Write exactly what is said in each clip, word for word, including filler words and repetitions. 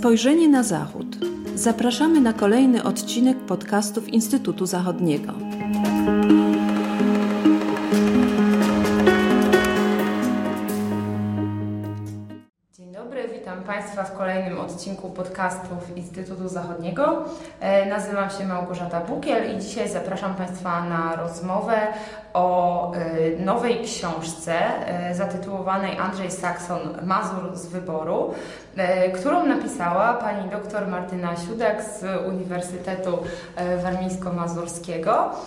Spojrzenie na Zachód. Zapraszamy na kolejny odcinek podcastów Instytutu Zachodniego. Dzień dobry, witam Państwa w kolejnym odcinku podcastów Instytutu Zachodniego. Nazywam się Małgorzata Bukiel i dzisiaj zapraszam Państwa na rozmowę o nowej książce zatytułowanej Andrzej Saxon – Mazur z wyboru, którą napisała pani dr Martyna Siudak z Uniwersytetu Warmińsko-Mazurskiego.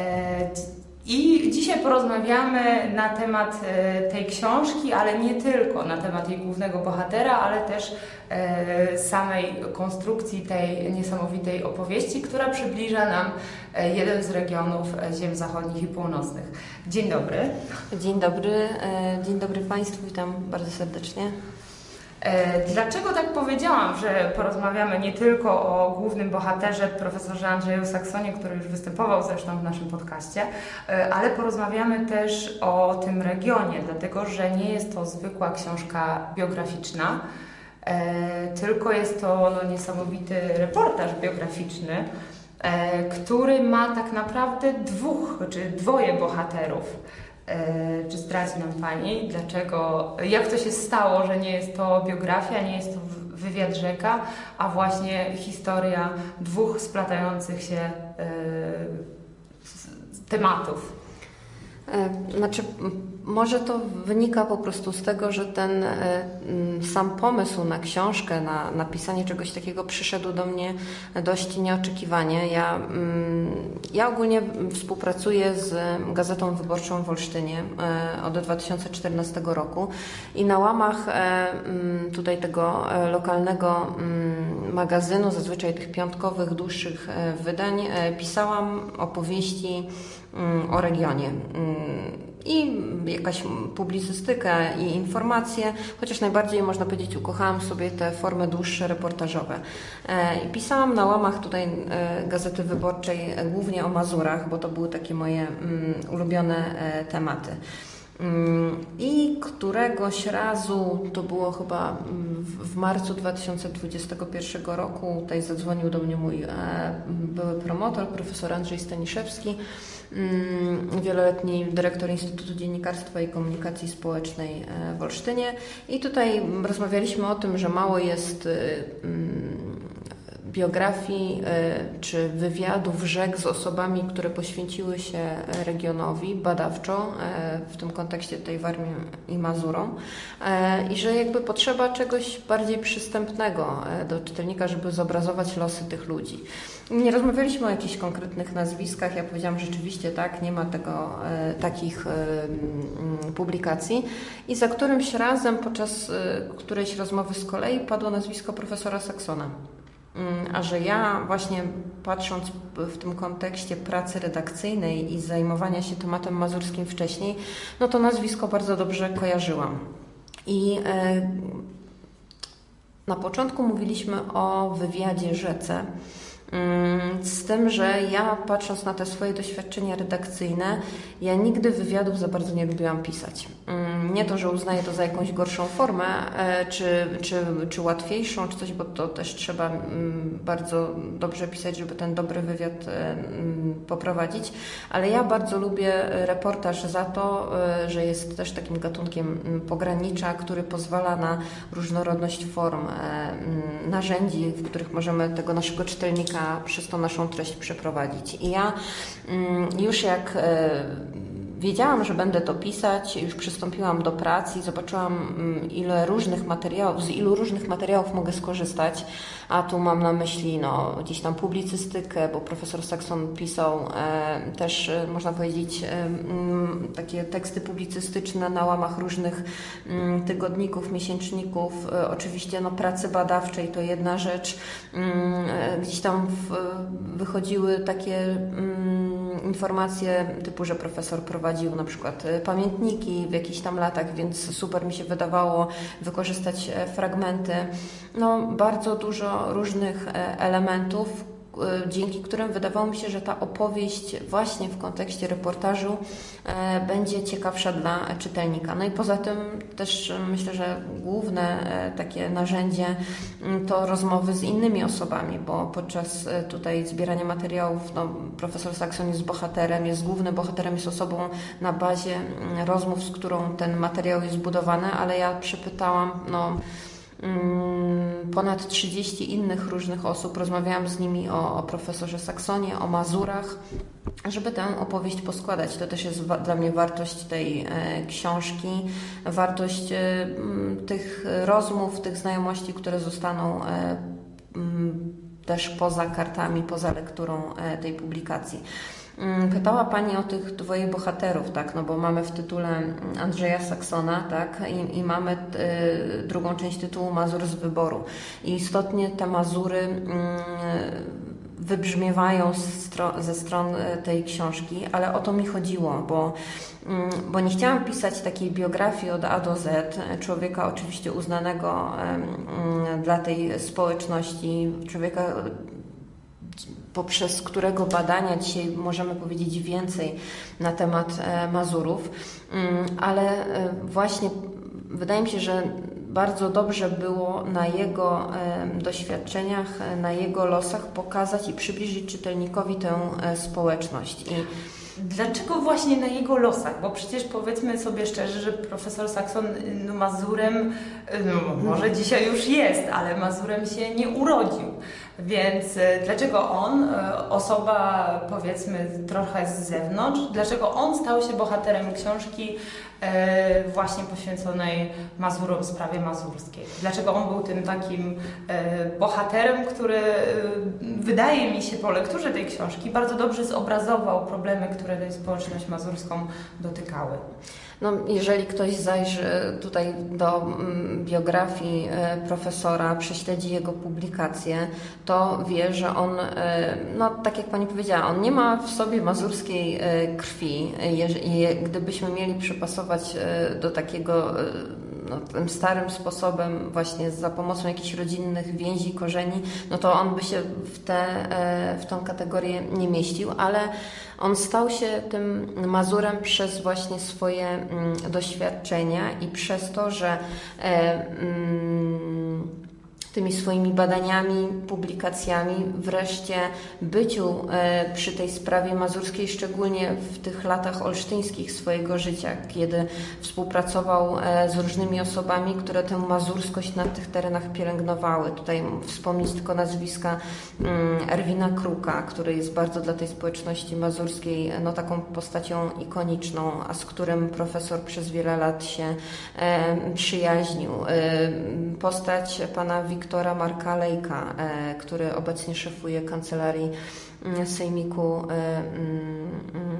I dzisiaj porozmawiamy na temat tej książki, ale nie tylko na temat jej głównego bohatera, ale też samej konstrukcji tej niesamowitej opowieści, która przybliża nam jeden z regionów ziem zachodnich i północnych. Dzień dobry. Dzień dobry, dzień dobry Państwu, witam bardzo serdecznie. Dlaczego tak powiedziałam, że porozmawiamy nie tylko o głównym bohaterze, profesorze Andrzeju Saxonie, który już występował zresztą w naszym podcaście, ale porozmawiamy też o tym regionie, dlatego że nie jest to zwykła książka biograficzna, tylko jest to no, niesamowity reportaż biograficzny, który ma tak naprawdę dwóch czy dwoje bohaterów. Czy zdradzi nam Pani, dlaczego, jak to się stało, że nie jest to biografia, nie jest to wywiad rzeka, a właśnie historia dwóch splatających się tematów? Znaczy, może to wynika po prostu z tego, że ten sam pomysł na książkę, na napisanie czegoś takiego przyszedł do mnie dość nieoczekiwanie. Ja, ja ogólnie współpracuję z Gazetą Wyborczą w Olsztynie od dwa tysiące czternastego roku i na łamach tutaj tego lokalnego magazynu, zazwyczaj tych piątkowych, dłuższych wydań, pisałam opowieści o regionie i jakaś publicystykę i informacje, chociaż najbardziej można powiedzieć ukochałam sobie te formy dłuższe, reportażowe. I pisałam na łamach tutaj Gazety Wyborczej głównie o Mazurach, bo to były takie moje ulubione tematy. I któregoś razu, to było chyba w marcu dwa tysiące dwudziestego pierwszego roku, tutaj zadzwonił do mnie mój były promotor, profesor Andrzej Staniszewski, wieloletni dyrektor Instytutu Dziennikarstwa i Komunikacji Społecznej w Olsztynie, i tutaj rozmawialiśmy o tym, że mało jest biografii czy wywiadów rzek z osobami, które poświęciły się regionowi badawczo, w tym kontekście tej Warmii i Mazurom, i że jakby potrzeba czegoś bardziej przystępnego do czytelnika, żeby zobrazować losy tych ludzi. Nie rozmawialiśmy o jakichś konkretnych nazwiskach, ja powiedziałam, że rzeczywiście tak, nie ma tego, takich publikacji, i za którymś razem podczas którejś rozmowy z kolei padło nazwisko profesora Saxona. A że ja właśnie patrząc w tym kontekście pracy redakcyjnej i zajmowania się tematem mazurskim wcześniej, no to nazwisko bardzo dobrze kojarzyłam. I na początku mówiliśmy o wywiadzie rzece, z tym, że ja patrząc na te swoje doświadczenia redakcyjne, ja nigdy wywiadów za bardzo nie lubiłam pisać. Nie to, że uznaję to za jakąś gorszą formę, czy, czy, czy łatwiejszą, czy coś, bo to też trzeba bardzo dobrze pisać, żeby ten dobry wywiad poprowadzić, ale ja bardzo lubię reportaż za to, że jest też takim gatunkiem pogranicza, który pozwala na różnorodność form, narzędzi, w których możemy tego naszego czytelnika przez tą naszą treść przeprowadzić. I ja już jak wiedziałam, że będę to pisać, już przystąpiłam do pracy i zobaczyłam, ile różnych materiałów, z ilu różnych materiałów mogę skorzystać, a tu mam na myśli no, gdzieś tam publicystykę, bo profesor Saxon pisał e, też, e, można powiedzieć, e, m, takie teksty publicystyczne na łamach różnych m, tygodników, miesięczników, e, oczywiście no, pracy badawczej to jedna rzecz, e, gdzieś tam w, wychodziły takie m, informacje typu, że profesor prowadził na przykład pamiętniki w jakichś tam latach, więc super mi się wydawało wykorzystać fragmenty. No, bardzo dużo różnych elementów, dzięki którym wydawało mi się, że ta opowieść właśnie w kontekście reportażu będzie ciekawsza dla czytelnika. No i poza tym też myślę, że główne takie narzędzie to rozmowy z innymi osobami, bo podczas tutaj zbierania materiałów no, profesor Saxon jest bohaterem, jest głównym bohaterem, jest osobą na bazie rozmów, z którą ten materiał jest zbudowany, ale ja przepytałam no, ponad trzydzieści innych różnych osób, rozmawiałam z nimi o, o profesorze Saxonie, o Mazurach, żeby tę opowieść poskładać. To też jest wa- dla mnie wartość tej e, książki, wartość e, tych rozmów, tych znajomości, które zostaną e, m, też poza kartami, poza lekturą e, tej publikacji. Pytała Pani o tych dwoje bohaterów, tak, no bo mamy w tytule Andrzeja Saxona, tak, i, i mamy y, drugą część tytułu Mazur z wyboru. I istotnie te Mazury y, wybrzmiewają stro, ze stron tej książki, ale o to mi chodziło, bo, y, bo nie chciałam pisać takiej biografii od A do Z, człowieka oczywiście uznanego y, y, dla tej społeczności, człowieka poprzez którego badania dzisiaj możemy powiedzieć więcej na temat Mazurów, ale właśnie wydaje mi się, że bardzo dobrze było na jego doświadczeniach, na jego losach pokazać i przybliżyć czytelnikowi tę społeczność. I dlaczego właśnie na jego losach? Bo przecież powiedzmy sobie szczerze, że profesor Saxon no, Mazurem, no, może dzisiaj już jest, ale Mazurem się nie urodził. Więc dlaczego on, osoba powiedzmy trochę z zewnątrz, dlaczego on stał się bohaterem książki e, właśnie poświęconej Mazurom, sprawie mazurskiej? Dlaczego on był tym takim e, bohaterem, który e, wydaje mi się po lekturze tej książki bardzo dobrze zobrazował problemy, które tę społeczność mazurską dotykały? No, jeżeli ktoś zajrzy tutaj do mm, biografii e, profesora, prześledzi jego publikacje, to wie, że on, e, no tak jak Pani powiedziała, on nie ma w sobie mazurskiej e, krwi. Je, gdybyśmy mieli przypasować e, do takiego e, no, tym starym sposobem, właśnie za pomocą jakichś rodzinnych więzi, korzeni, no to on by się w, te, e, w tą kategorię nie mieścił, ale on stał się tym Mazurem przez właśnie swoje mm, doświadczenia i przez to, że e, mm, tymi swoimi badaniami, publikacjami, wreszcie byciu e, przy tej sprawie mazurskiej, szczególnie w tych latach olsztyńskich swojego życia, kiedy współpracował e, z różnymi osobami, które tę mazurskość na tych terenach pielęgnowały. Tutaj wspomnieć tylko nazwiska mm, Erwina Kruka, który jest bardzo dla tej społeczności mazurskiej no, taką postacią ikoniczną, a z którym profesor przez wiele lat się e, przyjaźnił. E, postać pana Wiktora Marka-Lejka, e, który obecnie szefuje Kancelarii Sejmiku e, mm,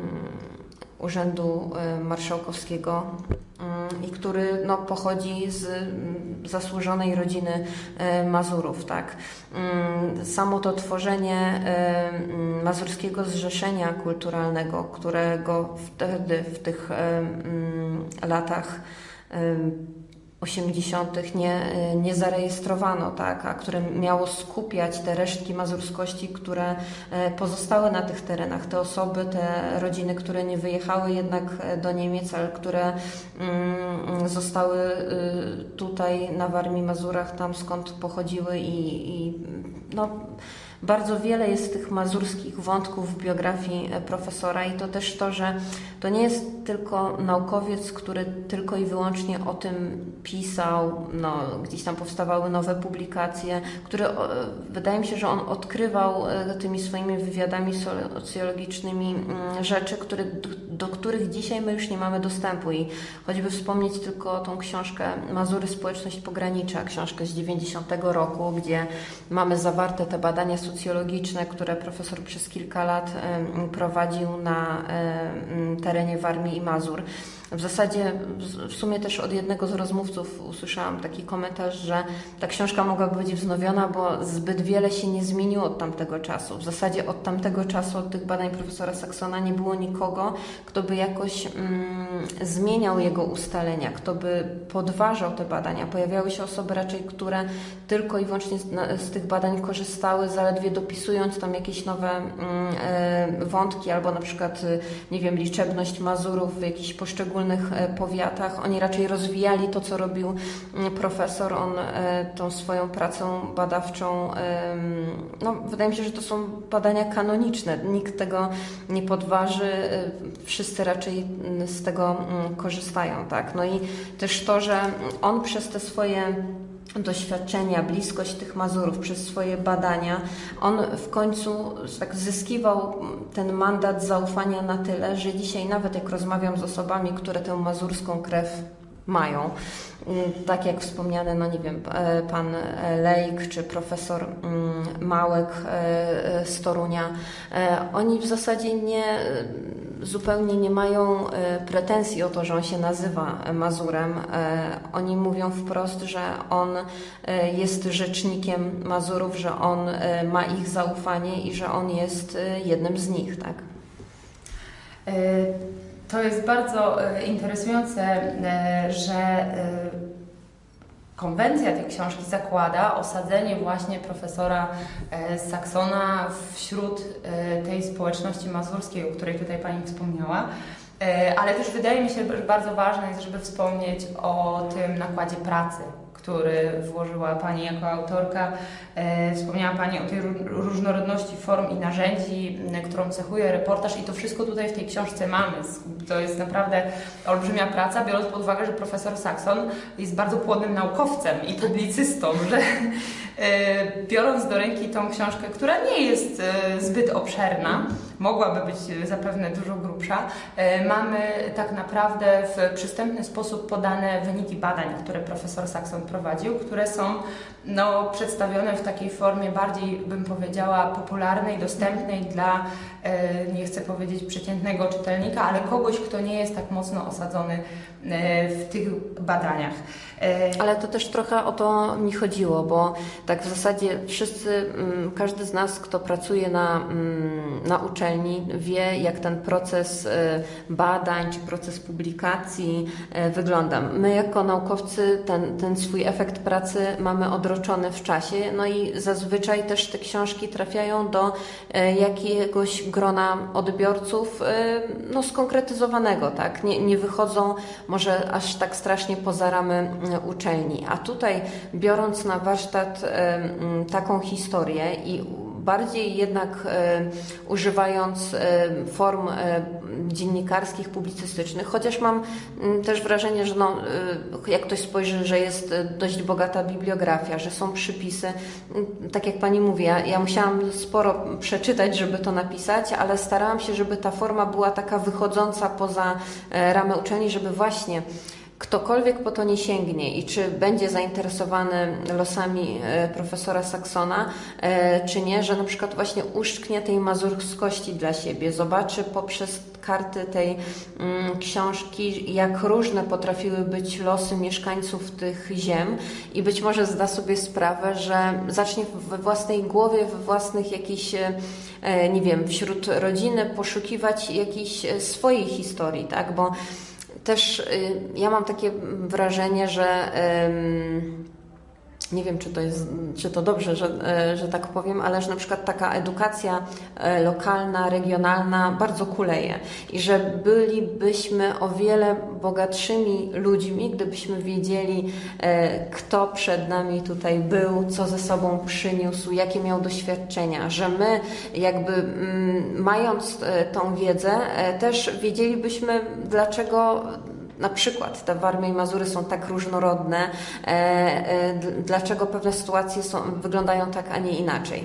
Urzędu Marszałkowskiego i który no, pochodzi z zasłużonej rodziny Mazurów. Tak? Samo to tworzenie Mazurskiego Zrzeszenia Kulturalnego, którego wtedy w tych latach osiemdziesiątych nie, nie zarejestrowano, tak, a które miało skupiać te resztki mazurskości, które pozostały na tych terenach. Te osoby, te rodziny, które nie wyjechały jednak do Niemiec, ale które mm, zostały tutaj na Warmii, Mazurach, tam skąd pochodziły i, i no, bardzo wiele jest tych mazurskich wątków w biografii profesora i to też to, że to nie jest tylko naukowiec, który tylko i wyłącznie o tym pisał, no, gdzieś tam powstawały nowe publikacje, które wydaje mi się, że on odkrywał tymi swoimi wywiadami socjologicznymi rzeczy, które, do których dzisiaj my już nie mamy dostępu i choćby wspomnieć tylko tą książkę Mazury, społeczność pogranicza, książkę z dziewięćdziesiątego roku, gdzie mamy zawarte te badania socjologiczne, które profesor przez kilka lat prowadził na terenie Warmii i Mazur. W zasadzie w sumie też od jednego z rozmówców usłyszałam taki komentarz, że ta książka mogłaby być wznowiona, bo zbyt wiele się nie zmieniło od tamtego czasu. W zasadzie od tamtego czasu, od tych badań profesora Saxona nie było nikogo, kto by jakoś mm, zmieniał jego ustalenia, kto by podważał te badania. Pojawiały się osoby raczej, które tylko i wyłącznie z, z tych badań korzystały, zaledwie dopisując tam jakieś nowe mm, e, wątki, albo na przykład, nie wiem, liczebność Mazurów w jakichś poszczególnych powiatach. Oni raczej rozwijali to, co robił profesor. On tą swoją pracą badawczą, no wydaje mi się, że to są badania kanoniczne. Nikt tego nie podważy. Wszyscy raczej z tego korzystają, tak? No i też to, że on przez te swoje doświadczenia, bliskość tych Mazurów, przez swoje badania, on w końcu tak zyskiwał ten mandat zaufania na tyle, że dzisiaj nawet jak rozmawiam z osobami, które tę mazurską krew mają, tak jak wspomniany, no nie wiem, pan Lejk czy profesor Małek z Torunia, oni w zasadzie nie, zupełnie nie mają pretensji o to, że on się nazywa Mazurem. Oni mówią wprost, że on jest rzecznikiem Mazurów, że on ma ich zaufanie i że on jest jednym z nich, tak? To jest bardzo interesujące, że konwencja tej książki zakłada osadzenie właśnie profesora Saxona wśród tej społeczności mazurskiej, o której tutaj Pani wspomniała. Ale też wydaje mi się, że bardzo ważne jest, żeby wspomnieć o tym nakładzie pracy, który włożyła Pani jako autorka. E, wspomniała Pani o tej różnorodności form i narzędzi, którą cechuje reportaż, i to wszystko tutaj w tej książce mamy. To jest naprawdę olbrzymia praca, biorąc pod uwagę, że profesor Saxon jest bardzo płodnym naukowcem i publicystą, że e, biorąc do ręki tą książkę, która nie jest e, zbyt obszerna, mogłaby być zapewne dużo grubsza, e, mamy tak naprawdę w przystępny sposób podane wyniki badań, które profesor Saxon prowadził, które są no, przedstawione w takiej formie bardziej, bym powiedziała, popularnej, dostępnej dla, e, nie chcę powiedzieć przeciętnego czytelnika, ale kogoś, kto nie jest tak mocno osadzony e, w tych badaniach. E... Ale to też trochę o to mi chodziło, bo tak w zasadzie wszyscy, każdy z nas, kto pracuje na, na uczelni, wie, jak ten proces badań czy proces publikacji wygląda. My jako naukowcy ten, ten swój efekt pracy mamy odroczony w czasie, no i zazwyczaj też te książki trafiają do jakiegoś grona odbiorców no, skonkretyzowanego, tak? Nie, nie wychodzą może aż tak strasznie poza ramy uczelni. A tutaj, biorąc na warsztat taką historię i bardziej jednak e, używając e, form e, dziennikarskich, publicystycznych, chociaż mam m, też wrażenie, że no, e, jak ktoś spojrzy, że jest dość bogata bibliografia, że są przypisy, m, tak jak Pani mówi, ja, ja musiałam sporo przeczytać, żeby to napisać, ale starałam się, żeby ta forma była taka wychodząca poza e, ramy uczelni, żeby właśnie ktokolwiek po to nie sięgnie i czy będzie zainteresowany losami profesora Saxona, czy nie, że na przykład właśnie uszczknie tej mazurskości dla siebie, zobaczy poprzez karty tej mm, książki, jak różne potrafiły być losy mieszkańców tych ziem i być może zda sobie sprawę, że zacznie we własnej głowie, we własnych jakichś, e, nie wiem, wśród rodziny poszukiwać jakiejś swojej historii, tak, bo też y, ja mam takie wrażenie, że y, nie wiem, czy to jest, czy to dobrze, że, że tak powiem, ale że na przykład taka edukacja lokalna, regionalna bardzo kuleje i że bylibyśmy o wiele bogatszymi ludźmi, gdybyśmy wiedzieli, kto przed nami tutaj był, co ze sobą przyniósł, jakie miał doświadczenia, że my jakby mając tą wiedzę też wiedzielibyśmy, dlaczego na przykład te Warmie i Mazury są tak różnorodne, e, e, dlaczego pewne sytuacje są, wyglądają tak, a nie inaczej.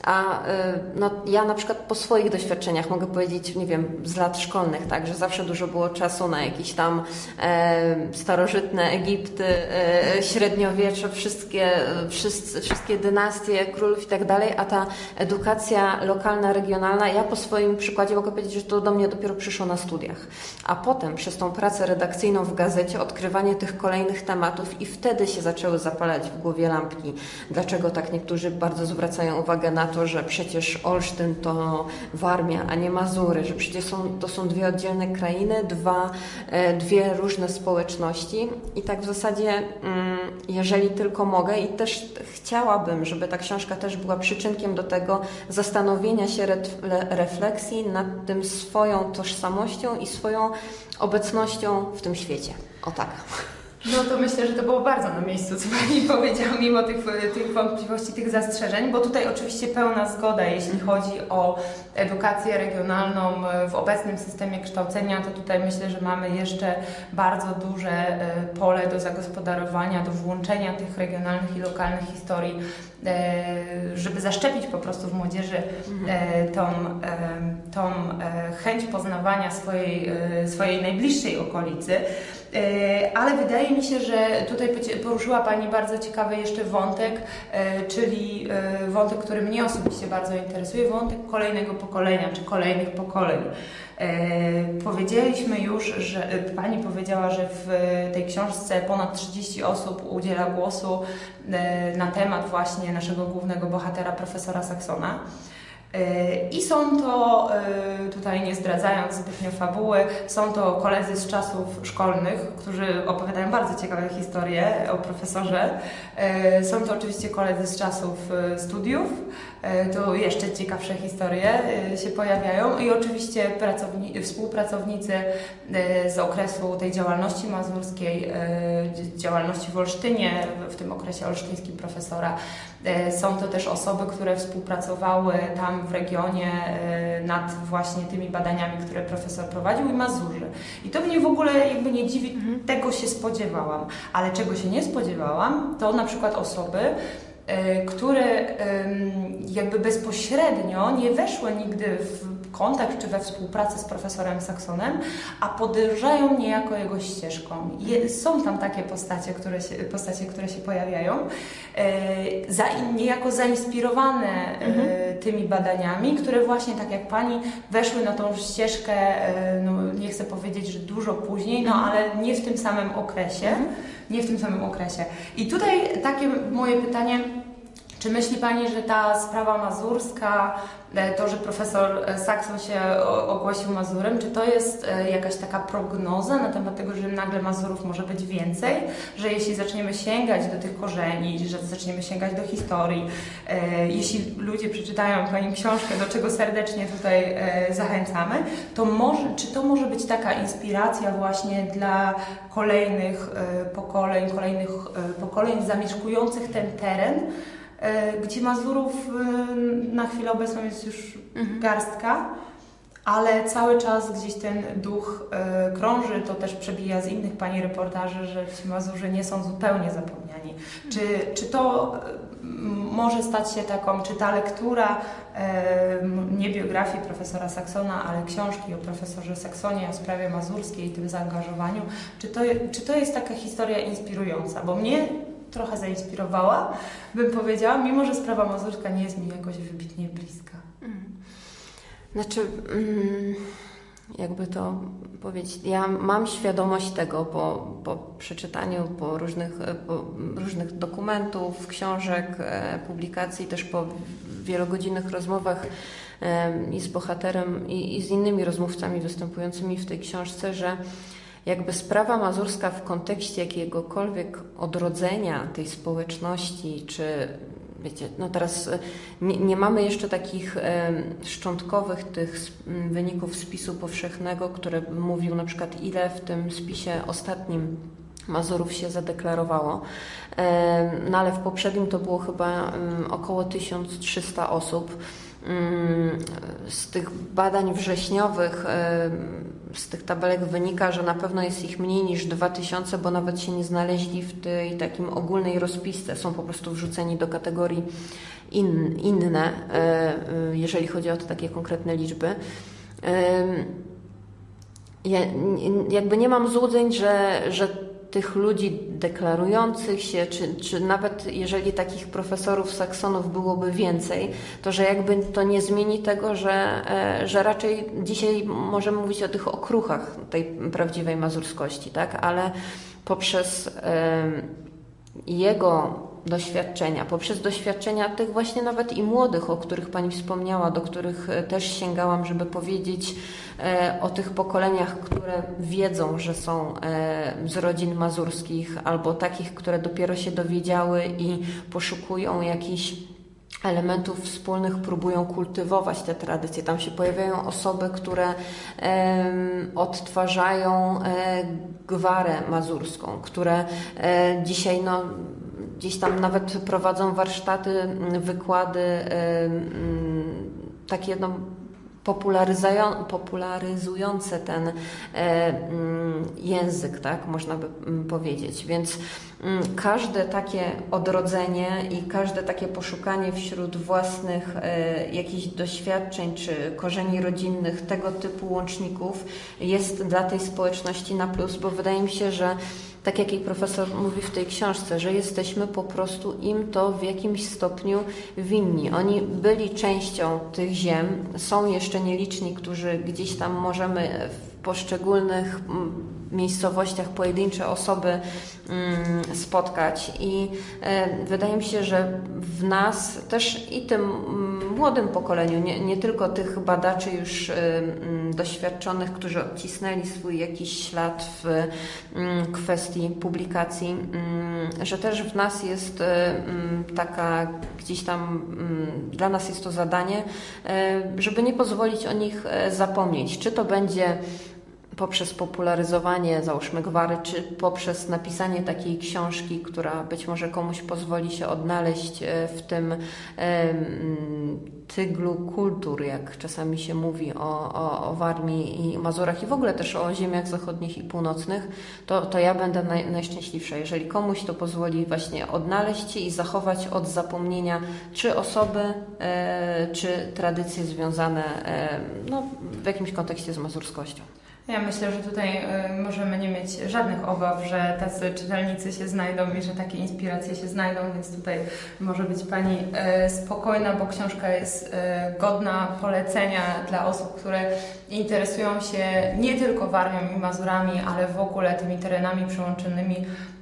A no, ja na przykład po swoich doświadczeniach mogę powiedzieć, nie wiem, z lat szkolnych, tak, że zawsze dużo było czasu na jakieś tam e, starożytne Egipty, e, średniowiecze, wszystkie, wszyscy, wszystkie dynastie królów i tak dalej, a ta edukacja lokalna, regionalna, ja po swoim przykładzie mogę powiedzieć, że to do mnie dopiero przyszło na studiach. A potem przez tą pracę redakcyjną w gazecie, odkrywanie tych kolejnych tematów i wtedy się zaczęły zapalać w głowie lampki. Dlaczego tak niektórzy bardzo zwracają uwagę na to, że przecież Olsztyn to Warmia, a nie Mazury, że przecież są, to są dwie oddzielne krainy, dwa, dwie różne społeczności i tak w zasadzie, jeżeli tylko mogę i też chciałabym, żeby ta książka też była przyczynkiem do tego zastanowienia się, refleksji nad tym swoją tożsamością i swoją obecnością w tym świecie. O tak. No to myślę, że to było bardzo na miejscu, co Pani powiedziała, mimo tych, tych wątpliwości, tych zastrzeżeń, bo tutaj oczywiście pełna zgoda, jeśli chodzi o edukację regionalną w obecnym systemie kształcenia, to tutaj myślę, że mamy jeszcze bardzo duże pole do zagospodarowania, do włączenia tych regionalnych i lokalnych historii, żeby zaszczepić po prostu w młodzieży tą, tą chęć poznawania swojej, swojej najbliższej okolicy. Ale wydaje mi się, że tutaj poruszyła Pani bardzo ciekawy jeszcze wątek, czyli wątek, który mnie osobiście bardzo interesuje, wątek kolejnego pokolenia, czy kolejnych pokoleń. Powiedzieliśmy już, że Pani powiedziała, że w tej książce ponad trzydzieści osób udziela głosu na temat właśnie naszego głównego bohatera, profesora Saksona. I są to, tutaj nie zdradzając zbytnio fabuły, są to koledzy z czasów szkolnych, którzy opowiadają bardzo ciekawe historie o profesorze. Są to oczywiście koledzy z czasów studiów, to jeszcze ciekawsze historie się pojawiają i oczywiście pracowni- współpracownicy z okresu tej działalności mazurskiej, działalności w Olsztynie, w tym okresie olsztyńskim profesora. Są to też osoby, które współpracowały tam w regionie nad właśnie tymi badaniami, które profesor prowadził, i Mazurzy. I to mnie w ogóle jakby nie dziwi, tego się spodziewałam. Ale czego się nie spodziewałam, to na przykład osoby, które jakby bezpośrednio nie weszły nigdy w kontakt czy we współpracę z profesorem Saksonem, a podążają niejako jego ścieżką. Są tam takie postacie, które się, postacie, które się pojawiają, za, niejako zainspirowane mhm. tymi badaniami, które właśnie tak jak Pani weszły na tą ścieżkę, no nie chcę powiedzieć, że dużo później, no ale nie w tym samym okresie. Mhm. Nie w tym samym okresie. I tutaj takie moje pytanie, czy myśli Pani, że ta sprawa mazurska, to, że profesor Sakson się ogłosił Mazurem, czy to jest jakaś taka prognoza na temat tego, że nagle Mazurów może być więcej, że jeśli zaczniemy sięgać do tych korzeni, że zaczniemy sięgać do historii, jeśli ludzie przeczytają Pani książkę, do czego serdecznie tutaj zachęcamy, to może, czy to może być taka inspiracja właśnie dla kolejnych pokoleń, kolejnych pokoleń zamieszkujących ten teren, gdzie Mazurów na chwilę obecną jest już mhm. garstka, ale cały czas gdzieś ten duch krąży, to też przebija z innych Pani reportaży, że ci Mazurzy nie są zupełnie zapomniani. Czy, czy to może stać się taką, czy ta lektura nie biografii profesora Saksona, ale książki o profesorze Saksonie, o sprawie mazurskiej i tym zaangażowaniu, czy to, czy to jest taka historia inspirująca? Bo mnie trochę zainspirowała, bym powiedziała, mimo że sprawa mazurska nie jest mi jakoś wybitnie bliska. Znaczy, jakby to powiedzieć, ja mam świadomość tego po, po przeczytaniu, po różnych, po różnych dokumentów, książek, publikacji, też po wielogodzinnych rozmowach i z bohaterem, i, i z innymi rozmówcami występującymi w tej książce, że jakby sprawa mazurska w kontekście jakiegokolwiek odrodzenia tej społeczności, czy wiecie, no teraz nie, nie mamy jeszcze takich e, szczątkowych tych wyników spisu powszechnego, który mówił na przykład, ile w tym spisie ostatnim Mazurów się zadeklarowało. E, no ale w poprzednim to było chyba e, około tysiąc trzysta osób. Z tych badań wrześniowych, z tych tabelek wynika, że na pewno jest ich mniej niż dwa tysiące, bo nawet się nie znaleźli w tej takim ogólnej rozpisce. Są po prostu wrzuceni do kategorii in, inne, jeżeli chodzi o te takie konkretne liczby. Ja jakby nie mam złudzeń, że, że tych ludzi deklarujących się, czy, czy nawet jeżeli takich profesorów saksonów byłoby więcej, to że jakby to nie zmieni tego, że, że raczej dzisiaj możemy mówić o tych okruchach tej prawdziwej mazurskości, tak? Ale poprzez jego doświadczenia, poprzez doświadczenia tych właśnie nawet i młodych, o których Pani wspomniała, do których też sięgałam, żeby powiedzieć e, o tych pokoleniach, które wiedzą, że są e, z rodzin mazurskich, albo takich, które dopiero się dowiedziały i poszukują jakichś elementów wspólnych, próbują kultywować te tradycje. Tam się pojawiają osoby, które e, odtwarzają e, gwarę mazurską, które e, dzisiaj no gdzieś tam nawet prowadzą warsztaty, wykłady takie no, popularyzujące ten język, tak można by powiedzieć. Więc każde takie odrodzenie i każde takie poszukanie wśród własnych jakichś doświadczeń czy korzeni rodzinnych tego typu łączników jest dla tej społeczności na plus, bo wydaje mi się, że tak jak jej profesor mówi w tej książce, że jesteśmy po prostu im to w jakimś stopniu winni. Oni byli częścią tych ziem, są jeszcze nieliczni, którzy gdzieś tam możemy w poszczególnych miejscowościach pojedyncze osoby spotkać i wydaje mi się, że w nas też i tym młodym pokoleniu, nie, nie tylko tych badaczy już doświadczonych, którzy odcisnęli swój jakiś ślad w kwestii publikacji, że też w nas jest taka gdzieś tam, dla nas jest to zadanie, żeby nie pozwolić o nich zapomnieć. Czy to będzie poprzez popularyzowanie, załóżmy gwary, czy poprzez napisanie takiej książki, która być może komuś pozwoli się odnaleźć w tym tyglu kultur, jak czasami się mówi o, o, o Warmii i Mazurach i w ogóle też o ziemiach zachodnich i północnych, to, to ja będę naj, najszczęśliwsza. Jeżeli komuś to pozwoli właśnie odnaleźć się i zachować od zapomnienia czy osoby, e, czy tradycje związane e, no, w jakimś kontekście z mazurskością. Ja myślę, że tutaj y, możemy nie mieć żadnych obaw, że tacy czytelnicy się znajdą i że takie inspiracje się znajdą, więc tutaj może być Pani y, spokojna, bo książka jest y, godna polecenia dla osób, które interesują się nie tylko Warmią i Mazurami, ale w ogóle tymi terenami przyłączonymi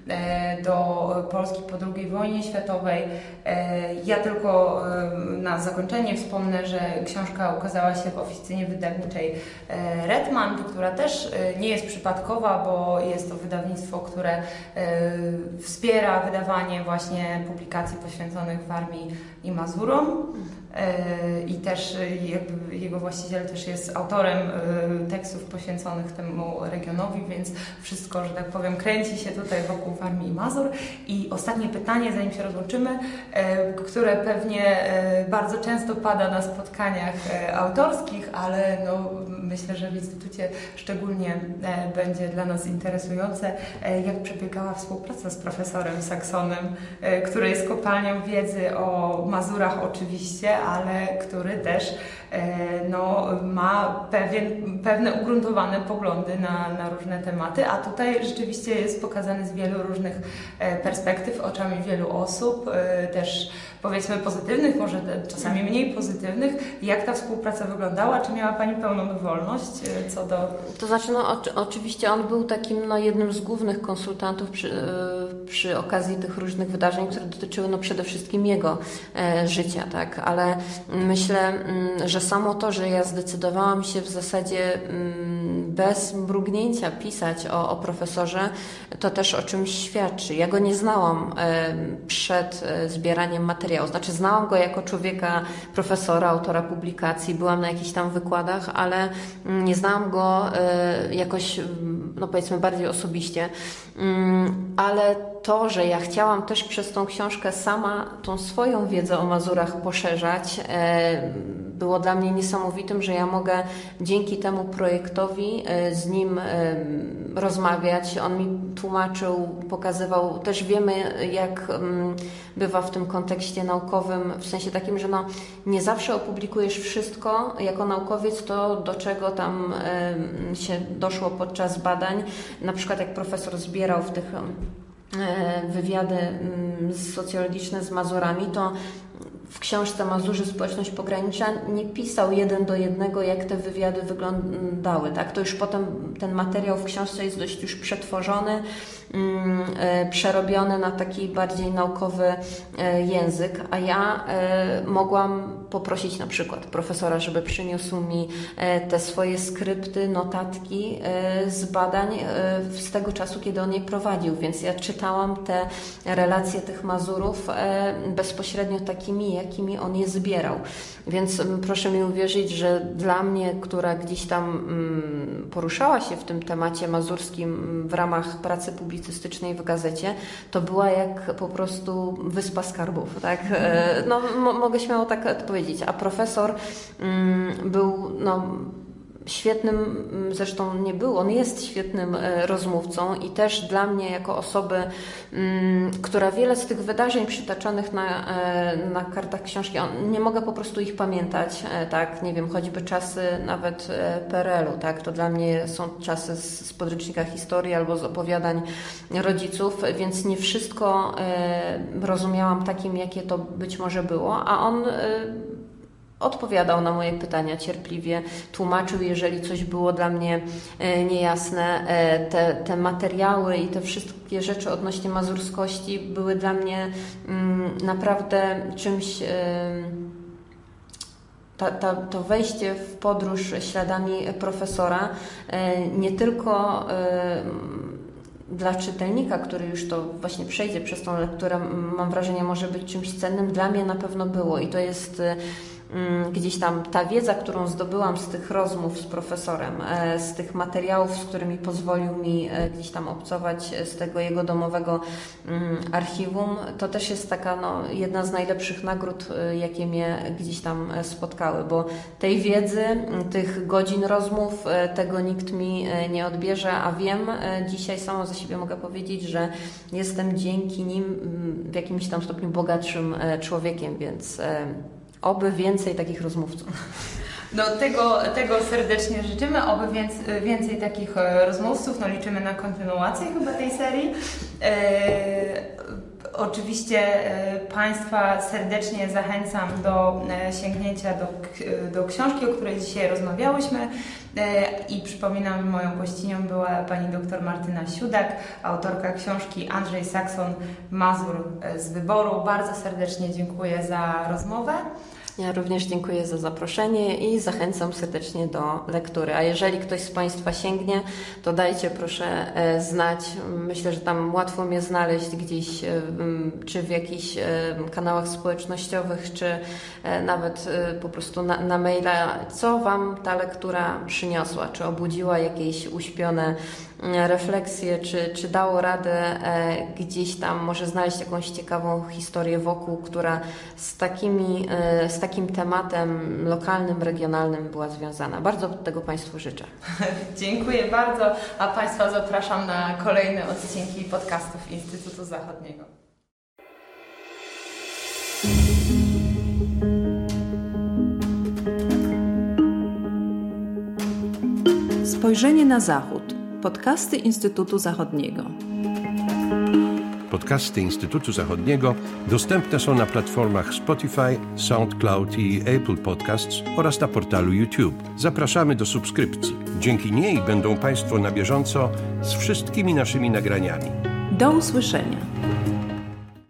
do Polski po drugiej wojnie światowej. Ja tylko na zakończenie wspomnę, że książka ukazała się w oficynie wydawniczej Retmand, która też nie jest przypadkowa, bo jest to wydawnictwo, które wspiera wydawanie właśnie publikacji poświęconych Warmii i Mazurom. I też jakby jego właściciel też jest autorem tekstów poświęconych temu regionowi, więc wszystko, że tak powiem, kręci się tutaj wokół Warmii i Mazur. I ostatnie pytanie, zanim się rozłączymy, które pewnie bardzo często pada na spotkaniach autorskich, ale no, myślę, że w Instytucie szczególnie będzie dla nas interesujące, jak przebiegała współpraca z profesorem Saksonem, który jest kopalnią wiedzy o Mazurach oczywiście, ale który też no, ma pewien, pewne ugruntowane poglądy na, na różne tematy, a tutaj rzeczywiście jest pokazany z wielu różnych perspektyw, oczami wielu osób, też powiedzmy pozytywnych, może czasami mniej pozytywnych. Jak ta współpraca wyglądała? Czy miała Pani pełną dowolność co do... To znaczy, no o, oczywiście on był takim no, jednym z głównych konsultantów przy, przy okazji tych różnych wydarzeń, które dotyczyły no, przede wszystkim jego e, życia, tak, ale myślę, że samo to, że ja zdecydowałam się w zasadzie bez mrugnięcia pisać o, o profesorze, to też o czymś świadczy. Ja go nie znałam e, przed e, zbieraniem materiału. Znaczy znałam go jako człowieka, profesora, autora publikacji, byłam na jakichś tam wykładach, ale nie znałam go e, jakoś no powiedzmy bardziej osobiście, ale to, że ja chciałam też przez tą książkę sama tą swoją wiedzę o Mazurach poszerzać, było dla mnie niesamowitym, że ja mogę dzięki temu projektowi z nim rozmawiać. On mi tłumaczył, pokazywał, też wiemy, jak bywa w tym kontekście naukowym, w sensie takim, że no, nie zawsze opublikujesz wszystko jako naukowiec, to do czego tam się doszło podczas badań. Na przykład jak profesor zbierał w tych wywiady socjologiczne z Mazurami, to w książce Mazurzy Społeczność Pogranicza nie pisał jeden do jednego, jak te wywiady wyglądały. Tak? To już potem ten materiał w książce jest dość już przetworzony, mm, e, przerobiony na taki bardziej naukowy e, język, a ja e, mogłam poprosić na przykład profesora, żeby przyniósł mi e, te swoje skrypty, notatki e, z badań e, z tego czasu, kiedy on je prowadził, więc ja czytałam te relacje tych Mazurów e, bezpośrednio takimi, jakimi on je zbierał. Więc proszę mi uwierzyć, że dla mnie, która gdzieś tam mm, poruszała się w tym temacie mazurskim w ramach pracy publicystycznej w gazecie, to była jak po prostu wyspa skarbów. Tak? E, no, m- mogę śmiało tak odpowiedzieć. A profesor mm, był no, świetnym, zresztą nie był, on jest świetnym rozmówcą i też dla mnie jako osoby, która wiele z tych wydarzeń przytaczanych na, na kartach książki, on, nie mogę po prostu ich pamiętać, tak, nie wiem, choćby czasy nawet P R L u, tak, to dla mnie są czasy z, z podręcznika historii albo z opowiadań rodziców, więc nie wszystko rozumiałam takim, jakie to być może było, a on odpowiadał na moje pytania cierpliwie, tłumaczył, jeżeli coś było dla mnie e, niejasne. E, te, te materiały i te wszystkie rzeczy odnośnie mazurskości były dla mnie mm, naprawdę czymś... E, ta, ta, to wejście w podróż śladami profesora e, nie tylko... E, dla czytelnika, który już to właśnie przejdzie przez tą lekturę, mam wrażenie, może być czymś cennym. Dla mnie na pewno było i to jest gdzieś tam ta wiedza, którą zdobyłam z tych rozmów z profesorem, z tych materiałów, z którymi pozwolił mi gdzieś tam obcować z tego jego domowego archiwum, to też jest taka no, jedna z najlepszych nagród, jakie mnie gdzieś tam spotkały, bo tej wiedzy, tych godzin rozmów, tego nikt mi nie odbierze, a wiem, dzisiaj samo za siebie mogę powiedzieć, że jestem dzięki nim w jakimś tam stopniu bogatszym człowiekiem, więc oby więcej takich rozmówców. No tego, tego serdecznie życzymy, oby więcej, więcej takich rozmówców, no liczymy na kontynuację chyba tej serii. E, oczywiście e, Państwa serdecznie zachęcam do e, sięgnięcia do, do książki, o której dzisiaj rozmawiałyśmy. E, I przypominam, moją gościnią była pani doktor Martyna Siudak, autorka książki Andrzej Sakson, Mazur z wyboru. Bardzo serdecznie dziękuję za rozmowę. Ja również dziękuję za zaproszenie i zachęcam serdecznie do lektury. A jeżeli ktoś z Państwa sięgnie, to dajcie proszę znać. Myślę, że tam łatwo mnie znaleźć gdzieś, czy w jakichś kanałach społecznościowych, czy nawet po prostu na, na maila, co Wam ta lektura przyniosła, czy obudziła jakieś uśpione refleksje, czy, czy dało radę gdzieś tam może znaleźć jakąś ciekawą historię wokół, która z takimi, z takim tematem lokalnym, regionalnym była związana. Bardzo tego Państwu życzę. Dziękuję bardzo, a Państwa zapraszam na kolejne odcinki podcastów Instytutu Zachodniego. Spojrzenie na Zachód. Podcasty Instytutu Zachodniego. Podcasty Instytutu Zachodniego dostępne są na platformach Spotify, SoundCloud i Apple Podcasts oraz na portalu YouTube. Zapraszamy do subskrypcji. Dzięki niej będą Państwo na bieżąco z wszystkimi naszymi nagraniami. Do usłyszenia.